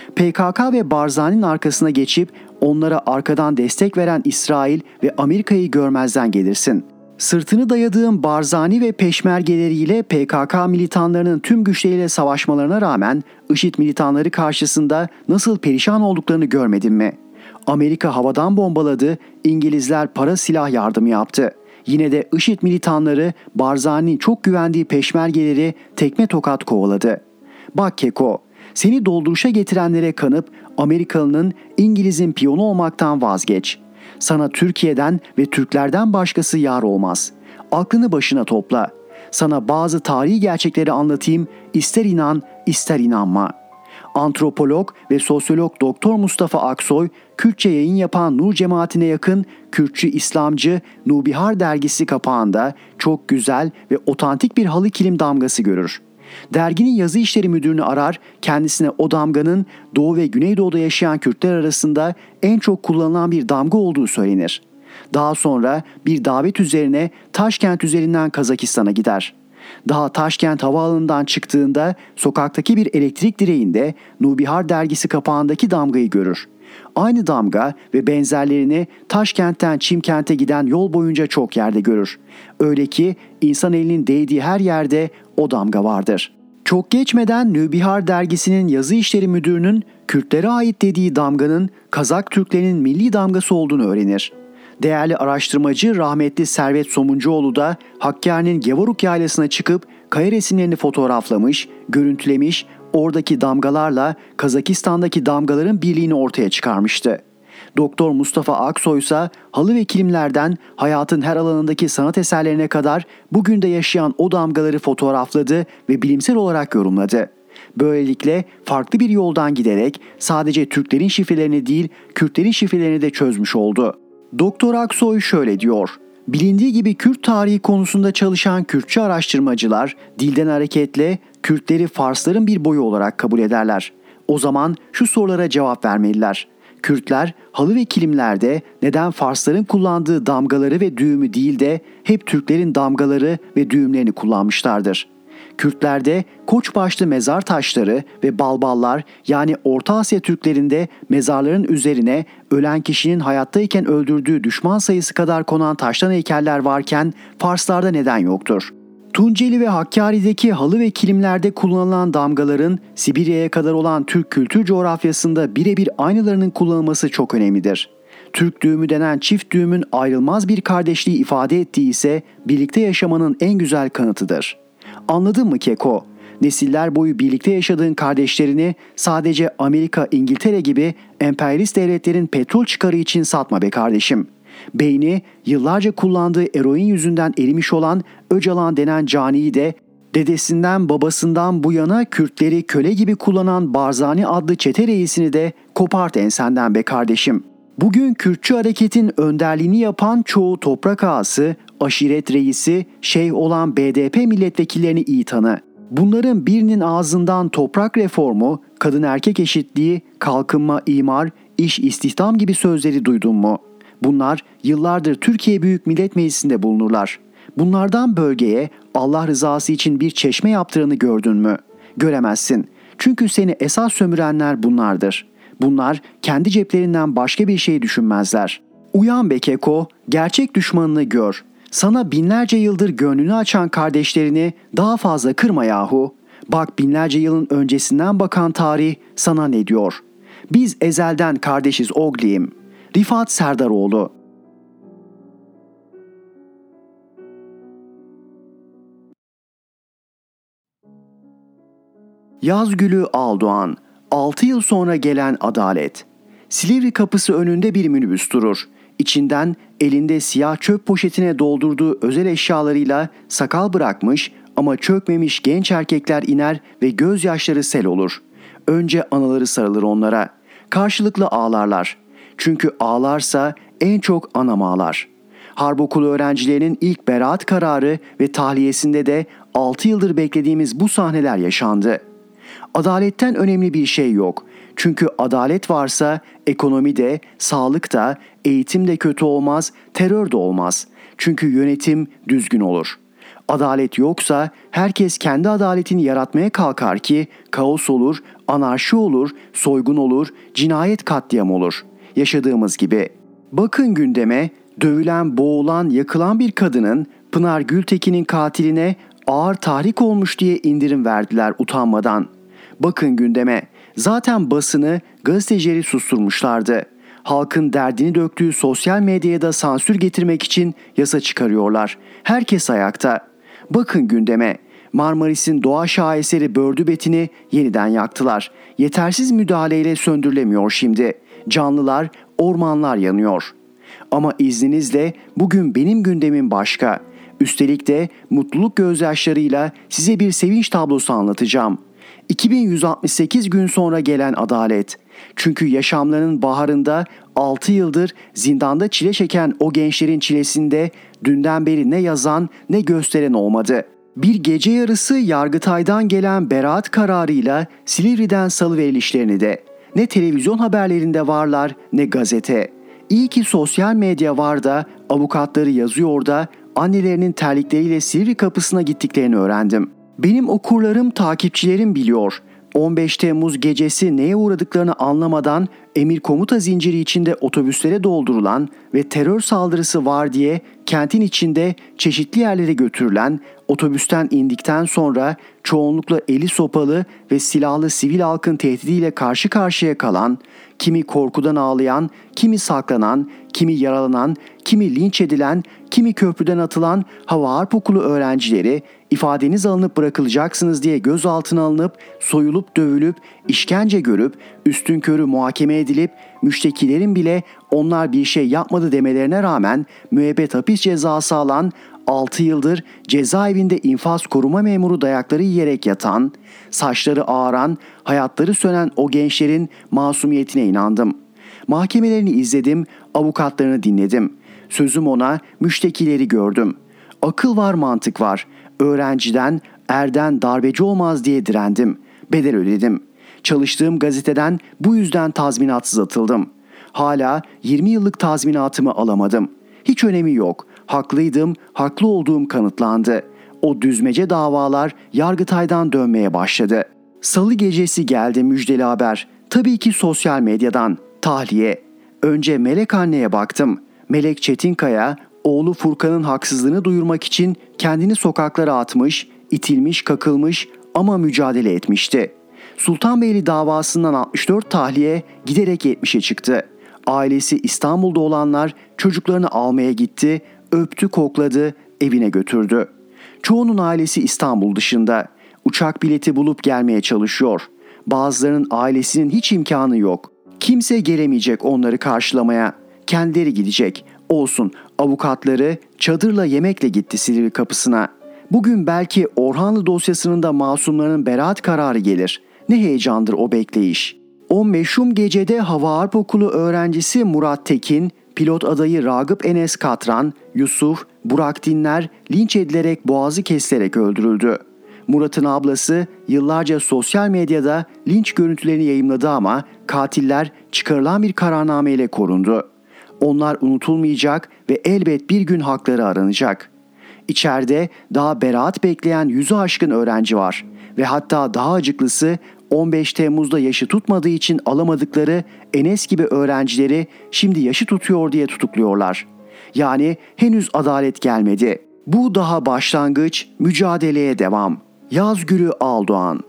PKK ve Barzani'nin arkasına geçip onlara arkadan destek veren İsrail ve Amerika'yı görmezden gelirsin. Sırtını dayadığın Barzani ve peşmergeleriyle PKK militanlarının tüm güçleriyle savaşmalarına rağmen IŞİD militanları karşısında nasıl perişan olduklarını görmedin mi? Amerika havadan bombaladı, İngilizler para silah yardımı yaptı. Yine de IŞİD militanları Barzani'nin çok güvendiği peşmergeleri tekme tokat kovaladı. Bak Keko, seni dolduruşa getirenlere kanıp Amerikalı'nın, İngiliz'in piyonu olmaktan vazgeç. Sana Türkiye'den ve Türklerden başkası yar olmaz. Aklını başına topla. Sana bazı tarihi gerçekleri anlatayım, ister inan, ister inanma. Antropolog ve sosyolog Doktor Mustafa Aksoy, Kürtçe yayın yapan Nur Cemaati'ne yakın Kürtçü İslamcı Nubihar dergisi kapağında çok güzel ve otantik bir halı kilim damgası görür. Derginin yazı işleri müdürünü arar, kendisine o damganın Doğu ve Güneydoğu'da yaşayan Kürtler arasında en çok kullanılan bir damga olduğu söylenir. Daha sonra bir davet üzerine Taşkent üzerinden Kazakistan'a gider. Daha Taşkent havaalanından çıktığında sokaktaki bir elektrik direğinde Nubihar dergisi kapağındaki damgayı görür. Aynı damga ve benzerlerini Taşkent'ten Çimkent'e giden yol boyunca çok yerde görür. Öyle ki insan elinin değdiği her yerde o damga vardır. Çok geçmeden Nubihar dergisinin yazı işleri müdürünün Kürtlere ait dediği damganın Kazak Türklerinin milli damgası olduğunu öğrenir. Değerli araştırmacı rahmetli Servet Somuncuoğlu da Hakkari'nin Gevoruk Yaylası'na çıkıp kaya resimlerini fotoğraflamış, görüntülemiş, oradaki damgalarla Kazakistan'daki damgaların birliğini ortaya çıkarmıştı. Doktor Mustafa Aksoy ise halı ve kilimlerden hayatın her alanındaki sanat eserlerine kadar bugün de yaşayan o damgaları fotoğrafladı ve bilimsel olarak yorumladı. Böylelikle farklı bir yoldan giderek sadece Türklerin şifrelerini değil, Kürtlerin şifrelerini de çözmüş oldu. Doktor Aksoy şöyle diyor: bilindiği gibi Kürt tarihi konusunda çalışan Kürtçe araştırmacılar dilden hareketle Kürtleri Farsların bir boyu olarak kabul ederler. O zaman şu sorulara cevap vermeliler. Kürtler halı ve kilimlerde neden Farsların kullandığı damgaları ve düğümü değil de hep Türklerin damgaları ve düğümlerini kullanmışlardır? Kürtlerde koçbaşlı mezar taşları ve balballar, yani Orta Asya Türklerinde mezarların üzerine ölen kişinin hayattayken öldürdüğü düşman sayısı kadar konan taştan heykeller varken Farslarda neden yoktur? Tunceli ve Hakkari'deki halı ve kilimlerde kullanılan damgaların Sibirya'ya kadar olan Türk kültür coğrafyasında birebir aynılarının kullanılması çok önemlidir. Türk düğümü denen çift düğümün ayrılmaz bir kardeşliği ifade ettiği ise birlikte yaşamanın en güzel kanıtıdır. Anladın mı Keko? Nesiller boyu birlikte yaşadığın kardeşlerini sadece Amerika, İngiltere gibi emperyalist devletlerin petrol çıkarı için satma be kardeşim. Beyni yıllarca kullandığı eroin yüzünden erimiş olan Öcalan denen caniyi de dedesinden babasından bu yana Kürtleri köle gibi kullanan Barzani adlı çete reisini de kopart ensenden be kardeşim. Bugün Kürtçü hareketin önderliğini yapan çoğu toprak ağası, aşiret reisi, şeyh olan BDP milletvekillerini iyi tanı. Bunların birinin ağzından toprak reformu, kadın erkek eşitliği, kalkınma, imar, iş, istihdam gibi sözleri duydun mu? Bunlar yıllardır Türkiye Büyük Millet Meclisi'nde bulunurlar. Bunlardan bölgeye Allah rızası için bir çeşme yaptıranı gördün mü? Göremezsin. Çünkü seni esas sömürenler bunlardır. Bunlar kendi ceplerinden başka bir şey düşünmezler. Uyan be Keko, gerçek düşmanını gör. Sana binlerce yıldır gönlünü açan kardeşlerini daha fazla kırma yahu. Bak binlerce yılın öncesinden bakan tarih sana ne diyor? Biz ezelden kardeşiz oğlum. Rifat Serdaroğlu. Yazgülü Aldoğan. 6 yıl sonra gelen adalet. Silivri kapısı önünde bir minibüs durur. İçinden elinde siyah çöp poşetine doldurduğu özel eşyalarıyla sakal bırakmış ama çökmemiş genç erkekler iner ve gözyaşları sel olur. Önce anaları sarılır onlara. Karşılıklı ağlarlar. Çünkü ağlarsa en çok anam ağlar. Harp okulu öğrencilerinin ilk beraat kararı ve tahliyesinde de 6 yıldır beklediğimiz bu sahneler yaşandı. Adaletten önemli bir şey yok. Çünkü adalet varsa ekonomi de, sağlık da, eğitim de kötü olmaz, terör de olmaz. Çünkü yönetim düzgün olur. Adalet yoksa herkes kendi adaletini yaratmaya kalkar ki kaos olur, anarşi olur, soygun olur, cinayet katliam olur. Yaşadığımız gibi. Bakın gündeme, dövülen, boğulan, yakılan bir kadının Pınar Gültekin'in katiline ağır tahrik olmuş diye indirim verdiler utanmadan. Bakın gündeme, zaten basını, gazetecileri susturmuşlardı. Halkın derdini döktüğü sosyal medyaya da sansür getirmek için yasa çıkarıyorlar. Herkes ayakta. Bakın gündeme, Marmaris'in doğa şaheseri Bördübetini yeniden yaktılar. Yetersiz müdahaleyle söndürülemiyor şimdi. Canlılar, ormanlar yanıyor. Ama izninizle bugün benim gündemim başka. Üstelik de mutluluk gözyaşlarıyla size bir sevinç tablosu anlatacağım. 2168 gün sonra gelen adalet. Çünkü yaşamlarının baharında 6 yıldır zindanda çile çeken o gençlerin çilesinde dünden beri ne yazan ne gösteren olmadı. Bir gece yarısı Yargıtay'dan gelen beraat kararıyla Silivri'den salıverilişlerini de ne televizyon haberlerinde varlar ne gazete. İyi ki sosyal medya var da avukatları yazıyor da annelerinin terlikleriyle Silivri kapısına gittiklerini öğrendim. Benim okurlarım, takipçilerim biliyor. 15 Temmuz gecesi neye uğradıklarını anlamadan emir komuta zinciri içinde otobüslere doldurulan ve terör saldırısı var diye kentin içinde çeşitli yerlere götürülen, otobüsten indikten sonra çoğunlukla eli sopalı ve silahlı sivil halkın tehdidiyle karşı karşıya kalan, kimi korkudan ağlayan, kimi saklanan, kimi yaralanan, kimi linç edilen, kimi köprüden atılan hava harp okulu öğrencileri ifadeniz alınıp bırakılacaksınız diye gözaltına alınıp, soyulup dövülüp, işkence görüp, üstünkörü muhakeme edilip, müştekilerin bile onlar bir şey yapmadı demelerine rağmen müebbet hapis cezası alan, 6 yıldır cezaevinde infaz koruma memuru dayakları yiyerek yatan, saçları ağaran, hayatları sönen o gençlerin masumiyetine inandım. Mahkemelerini izledim, avukatlarını dinledim. Sözüm ona, müştekileri gördüm. Akıl var, mantık var. Öğrenciden, erden darbeci olmaz diye direndim. Bedel ödedim. Çalıştığım gazeteden bu yüzden tazminatsız atıldım. Hala 20 yıllık tazminatımı alamadım. Hiç önemi yok. Haklıydım, haklı olduğum kanıtlandı. O düzmece davalar Yargıtay'dan dönmeye başladı. Salı gecesi geldi müjdeli haber. Tabii ki sosyal medyadan. Tahliye. Önce Melek anneye baktım. Melek Çetinkaya, oğlu Furkan'ın haksızlığını duyurmak için kendini sokaklara atmış, itilmiş, kakılmış ama mücadele etmişti. Sultanbeyli davasından 64 tahliye giderek 70'e çıktı. Ailesi İstanbul'da olanlar çocuklarını almaya gitti, öptü, kokladı, evine götürdü. Çoğunun ailesi İstanbul dışında. Uçak bileti bulup gelmeye çalışıyor. Bazılarının ailesinin hiç imkanı yok. Kimse gelemeyecek onları karşılamaya. Kendileri gidecek. Olsun, avukatları çadırla yemekle gitti Silivri kapısına. Bugün belki Orhanlı dosyasının da masumlarının beraat kararı gelir. Ne heyecandır o bekleyiş. O meşhum gecede Hava Harp Okulu öğrencisi Murat Tekin, pilot adayı Ragıp Enes Katran, Yusuf, Burak Dinler linç edilerek boğazı kesilerek öldürüldü. Murat'ın ablası yıllarca sosyal medyada linç görüntülerini yayımladı ama katiller çıkarılan bir kararnameyle korundu. Onlar unutulmayacak ve elbet bir gün hakları aranacak. İçeride daha beraat bekleyen 100'ü aşkın öğrenci var ve hatta daha acıklısı 15 Temmuz'da yaşı tutmadığı için alamadıkları Enes gibi öğrencileri şimdi yaşı tutuyor diye tutukluyorlar. Yani henüz adalet gelmedi. Bu daha başlangıç, mücadeleye devam. Yazgülü Aldoğan.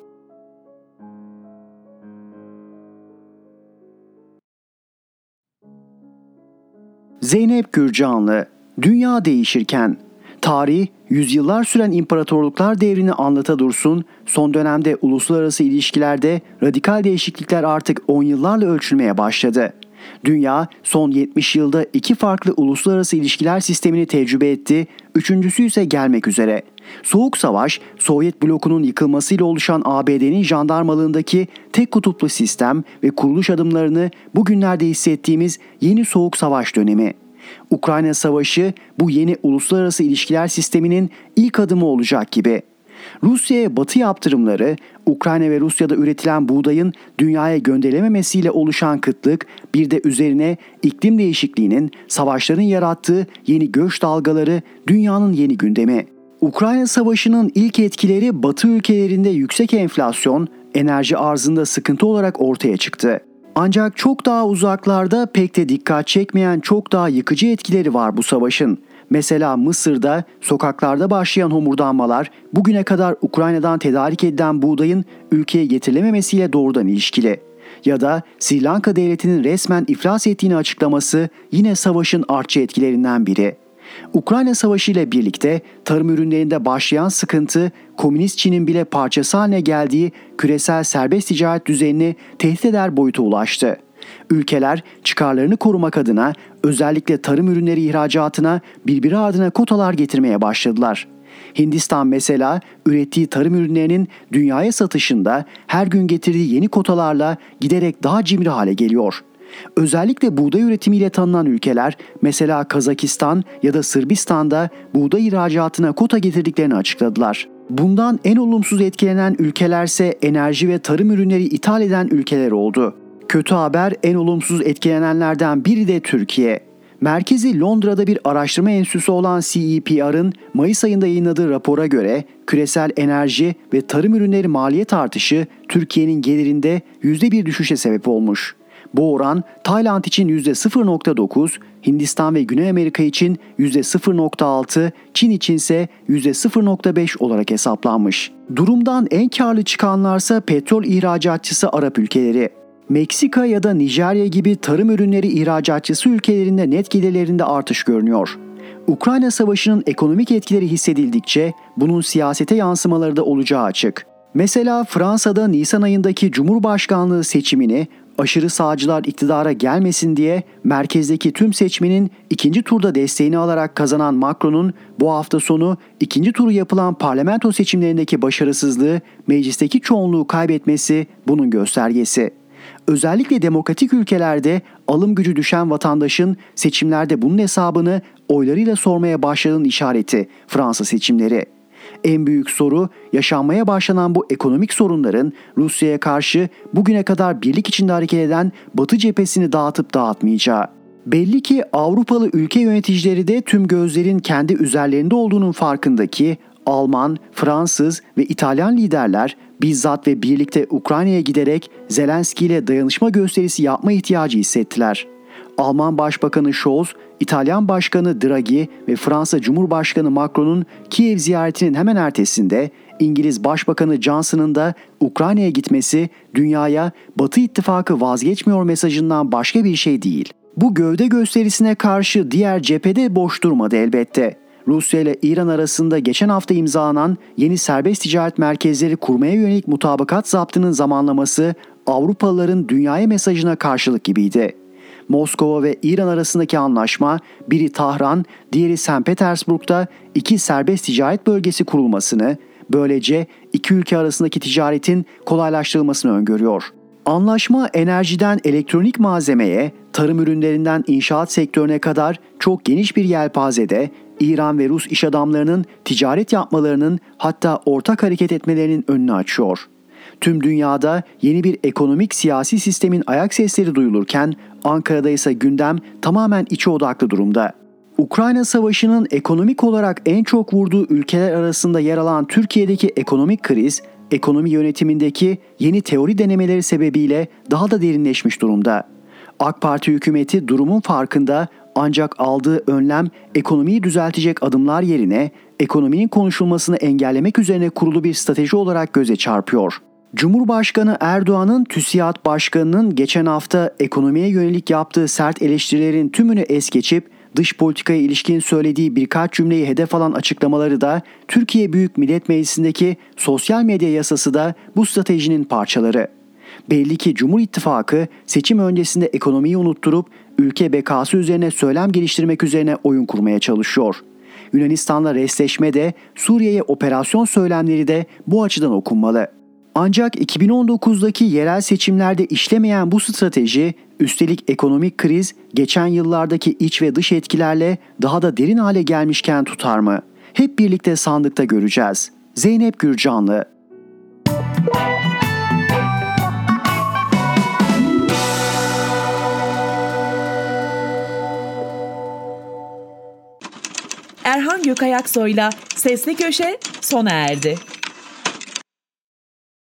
Zeynep Gürcanlı. Dünya değişirken. Tarih, yüzyıllar süren imparatorluklar devrini anlata dursun, son dönemde uluslararası ilişkilerde radikal değişiklikler artık 10 yıllarla ölçülmeye başladı. Dünya son 70 yılda 2 farklı uluslararası ilişkiler sistemini tecrübe etti, üçüncüsü ise gelmek üzere. Soğuk Savaş, Sovyet blokunun yıkılmasıyla oluşan ABD'nin jandarmalığındaki tek kutuplu sistem ve kuruluş adımlarını bugünlerde hissettiğimiz yeni Soğuk Savaş dönemi. Ukrayna Savaşı bu yeni uluslararası ilişkiler sisteminin ilk adımı olacak gibi. Rusya'ya Batı yaptırımları, Ukrayna ve Rusya'da üretilen buğdayın dünyaya gönderilememesiyle oluşan kıtlık, bir de üzerine iklim değişikliğinin, savaşların yarattığı yeni göç dalgaları dünyanın yeni gündemi. Ukrayna Savaşı'nın ilk etkileri Batı ülkelerinde yüksek enflasyon, enerji arzında sıkıntı olarak ortaya çıktı. Ancak çok daha uzaklarda pek de dikkat çekmeyen çok daha yıkıcı etkileri var bu savaşın. Mesela Mısır'da sokaklarda başlayan homurdanmalar bugüne kadar Ukrayna'dan tedarik edilen buğdayın ülkeye getirilememesiyle doğrudan ilişkili. Ya da Sri Lanka devletinin resmen iflas ettiğini açıklaması yine savaşın artçı etkilerinden biri. Ukrayna Savaşı ile birlikte tarım ürünlerinde başlayan sıkıntı, Komünist Çin'in bile parçası haline geldiği küresel serbest ticaret düzenini tehdit eder boyuta ulaştı. Ülkeler çıkarlarını korumak adına özellikle tarım ürünleri ihracatına birbiri ardına kotalar getirmeye başladılar. Hindistan mesela ürettiği tarım ürünlerinin dünyaya satışında her gün getirdiği yeni kotalarla giderek daha cimri hale geliyor. Özellikle buğday üretimiyle tanınan ülkeler mesela Kazakistan ya da Sırbistan'da buğday ihracatına kota getirdiklerini açıkladılar. Bundan en olumsuz etkilenen ülkelerse enerji ve tarım ürünleri ithal eden ülkeler oldu. Kötü haber, en olumsuz etkilenenlerden biri de Türkiye. Merkezi Londra'da bir araştırma enstitüsü olan CEPR'ın Mayıs ayında yayınladığı rapora göre küresel enerji ve tarım ürünleri maliyet artışı Türkiye'nin gelirinde %1 düşüşe sebep olmuş. Bu oran Tayland için %0.9, Hindistan ve Güney Amerika için %0.6, Çin içinse %0.5 olarak hesaplanmış. Durumdan en karlı çıkanlarsa petrol ihracatçısı Arap ülkeleri. Meksika ya da Nijerya gibi tarım ürünleri ihracatçısı ülkelerinde net gelirlerinde artış görünüyor. Ukrayna Savaşı'nın ekonomik etkileri hissedildikçe bunun siyasete yansımaları da olacağı açık. Mesela Fransa'da Nisan ayındaki Cumhurbaşkanlığı seçimini aşırı sağcılar iktidara gelmesin diye merkezdeki tüm seçmenin ikinci turda desteğini alarak kazanan Macron'un bu hafta sonu ikinci turu yapılan parlamento seçimlerindeki başarısızlığı, meclisteki çoğunluğu kaybetmesi bunun göstergesi. Özellikle demokratik ülkelerde alım gücü düşen vatandaşın seçimlerde bunun hesabını oylarıyla sormaya başladığının işareti Fransa seçimleri. En büyük soru, yaşanmaya başlanan bu ekonomik sorunların Rusya'ya karşı bugüne kadar birlik içinde hareket eden Batı cephesini dağıtıp dağıtmayacağı. Belli ki Avrupalı ülke yöneticileri de tüm gözlerin kendi üzerlerinde olduğunun farkındaki Alman, Fransız ve İtalyan liderler bizzat ve birlikte Ukrayna'ya giderek Zelenski ile dayanışma gösterisi yapma ihtiyacı hissettiler. Alman Başbakanı Scholz, İtalyan Başkanı Draghi ve Fransa Cumhurbaşkanı Macron'un Kiev ziyaretinin hemen ertesinde İngiliz Başbakanı Johnson'ın da Ukrayna'ya gitmesi dünyaya Batı ittifakı vazgeçmiyor mesajından başka bir şey değil. Bu gövde gösterisine karşı diğer cephede boş durmadı elbette. Rusya ile İran arasında geçen hafta imzalanan yeni serbest ticaret merkezleri kurmaya yönelik mutabakat zaptının zamanlaması Avrupalıların dünyaya mesajına karşılık gibiydi. Moskova ve İran arasındaki anlaşma biri Tahran, diğeri St. Petersburg'da iki serbest ticaret bölgesi kurulmasını, böylece iki ülke arasındaki ticaretin kolaylaştırılmasını öngörüyor. Anlaşma enerjiden elektronik malzemeye, tarım ürünlerinden inşaat sektörüne kadar çok geniş bir yelpazede İran ve Rus iş adamlarının ticaret yapmalarının hatta ortak hareket etmelerinin önünü açıyor. Tüm dünyada yeni bir ekonomik siyasi sistemin ayak sesleri duyulurken Ankara'da ise gündem tamamen içe odaklı durumda. Ukrayna Savaşı'nın ekonomik olarak en çok vurduğu ülkeler arasında yer alan Türkiye'deki ekonomik kriz, ekonomi yönetimindeki yeni teori denemeleri sebebiyle daha da derinleşmiş durumda. AK Parti hükümeti durumun farkında ancak aldığı önlem ekonomiyi düzeltecek adımlar yerine ekonominin konuşulmasını engellemek üzerine kurulu bir strateji olarak göze çarpıyor. Cumhurbaşkanı Erdoğan'ın TÜSİAD Başkanı'nın geçen hafta ekonomiye yönelik yaptığı sert eleştirilerin tümünü es geçip dış politikaya ilişkin söylediği birkaç cümleyi hedef alan açıklamaları da Türkiye Büyük Millet Meclisi'ndeki sosyal medya yasası da bu stratejinin parçaları. Belli ki Cumhur İttifakı seçim öncesinde ekonomiyi unutturup ülke bekası üzerine söylem geliştirmek üzerine oyun kurmaya çalışıyor. Yunanistan'la restleşme de Suriye'ye operasyon söylemleri de bu açıdan okunmalı. Ancak 2019'daki yerel seçimlerde işlemeyen bu strateji, üstelik ekonomik kriz geçen yıllardaki iç ve dış etkilerle daha da derin hale gelmişken tutar mı? Hep birlikte sandıkta göreceğiz. Zeynep Gürcanlı. Erhan Gökayaksoy'la Sesli Köşe sona erdi.